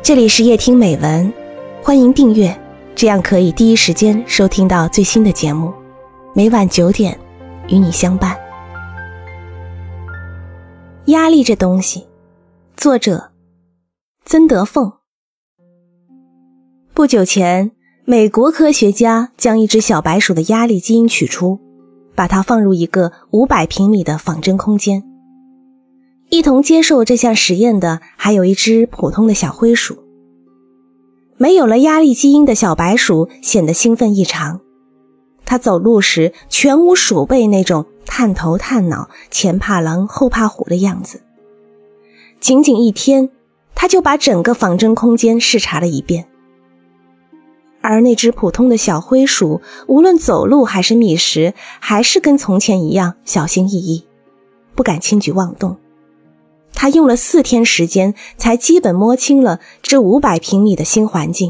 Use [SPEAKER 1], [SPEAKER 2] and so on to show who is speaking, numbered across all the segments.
[SPEAKER 1] 这里是夜听美文，欢迎订阅，这样可以第一时间收听到最新的节目，每晚9点与你相伴。压力这东西，作者曾德凤。不久前，美国科学家将一只小白鼠的压力基因取出，把它放入一个500平米的仿真空间。一同接受这项实验的还有一只普通的小灰鼠。没有了压力基因的小白鼠显得兴奋异常，它走路时全无鼠辈那种探头探脑、前怕狼后怕虎的样子。仅仅1天，它就把整个仿真空间视察了一遍。而那只普通的小灰鼠，无论走路还是觅食，还是跟从前一样小心翼翼，不敢轻举妄动。他用了4天时间才基本摸清了这500平米的新环境。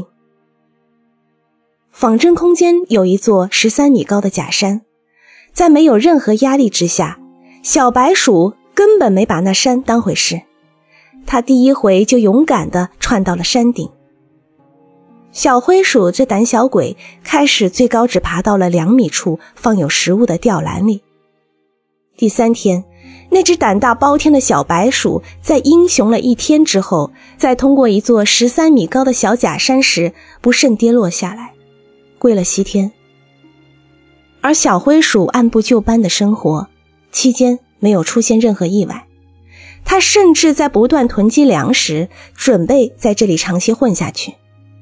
[SPEAKER 1] 仿真空间有一座13米高的假山，在没有任何压力之下，小白鼠根本没把那山当回事，他第一回就勇敢地窜到了山顶。小灰鼠这胆小鬼开始最高只爬到了2米处放有食物的吊篮里。第3天，那只胆大包天的小白鼠在英雄了1天之后，在通过一座13米高的小假山时不慎跌落下来，归了西天。而小灰鼠按部就班的生活，期间没有出现任何意外。它甚至在不断囤积粮食，准备在这里长期混下去。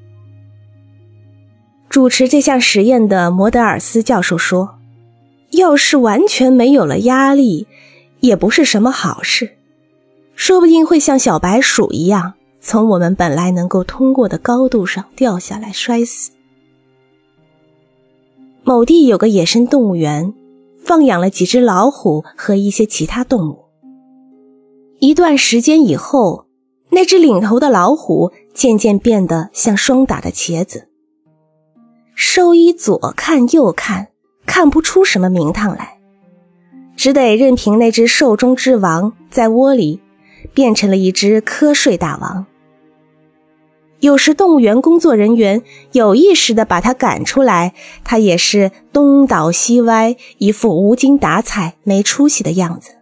[SPEAKER 1] 主持这项实验的摩德尔斯教授说，要是完全没有了压力，也不是什么好事，说不定会像小白鼠一样，从我们本来能够通过的高度上掉下来摔死。某地有个野生动物园，放养了几只老虎和一些其他动物。一段时间以后，那只领头的老虎渐渐变得像霜打的茄子。兽医左看右看，看不出什么名堂来，只得任凭那只兽中之王在窝里变成了一只瞌睡大王。有时动物园工作人员有意识地把它赶出来，它也是东倒西歪，一副无精打采没出息的样子。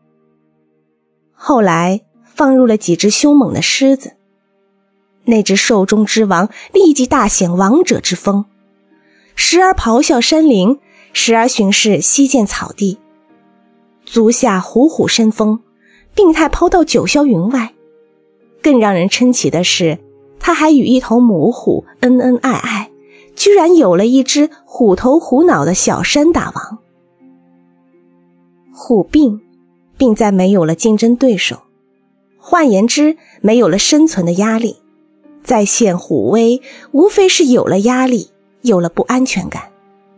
[SPEAKER 1] 后来放入了几只凶猛的狮子，那只兽中之王立即大显王者之风，时而咆哮山林，时而巡视西涧草地，足下虎虎生风，病态抛到九霄云外。更让人称奇的是，他还与一头母虎恩恩爱爱，居然有了一只虎头虎脑的小山大王。虎病在没有了竞争对手，换言之，没有了生存的压力，再现虎威，无非是有了压力，有了不安全感。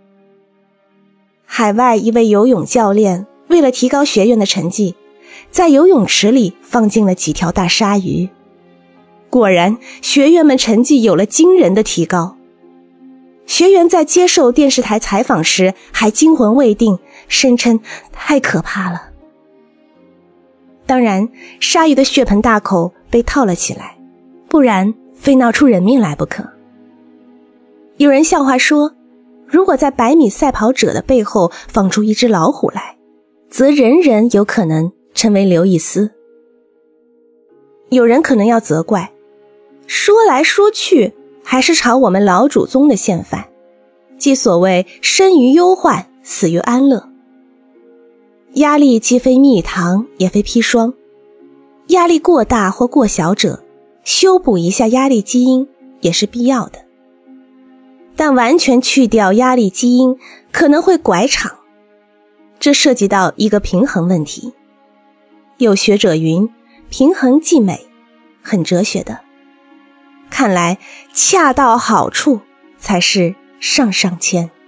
[SPEAKER 1] 海外一位游泳教练为了提高学员的成绩，在游泳池里放进了几条大鲨鱼。果然，学员们成绩有了惊人的提高。学员在接受电视台采访时还惊魂未定，声称太可怕了。当然，鲨鱼的血盆大口被套了起来，不然非闹出人命来不可。有人笑话说，如果在100米赛跑者的背后放出一只老虎来，则人人有可能成为刘易斯。有人可能要责怪，说来说去还是朝我们老祖宗的宪范，即所谓生于忧患，死于安乐。压力既非蜜糖，也非砒霜，压力过大或过小者，修补一下压力基因也是必要的。但完全去掉压力基因可能会拐场，这涉及到一个平衡问题。有学者云，平衡即美，很哲学的。看来恰到好处才是上上签。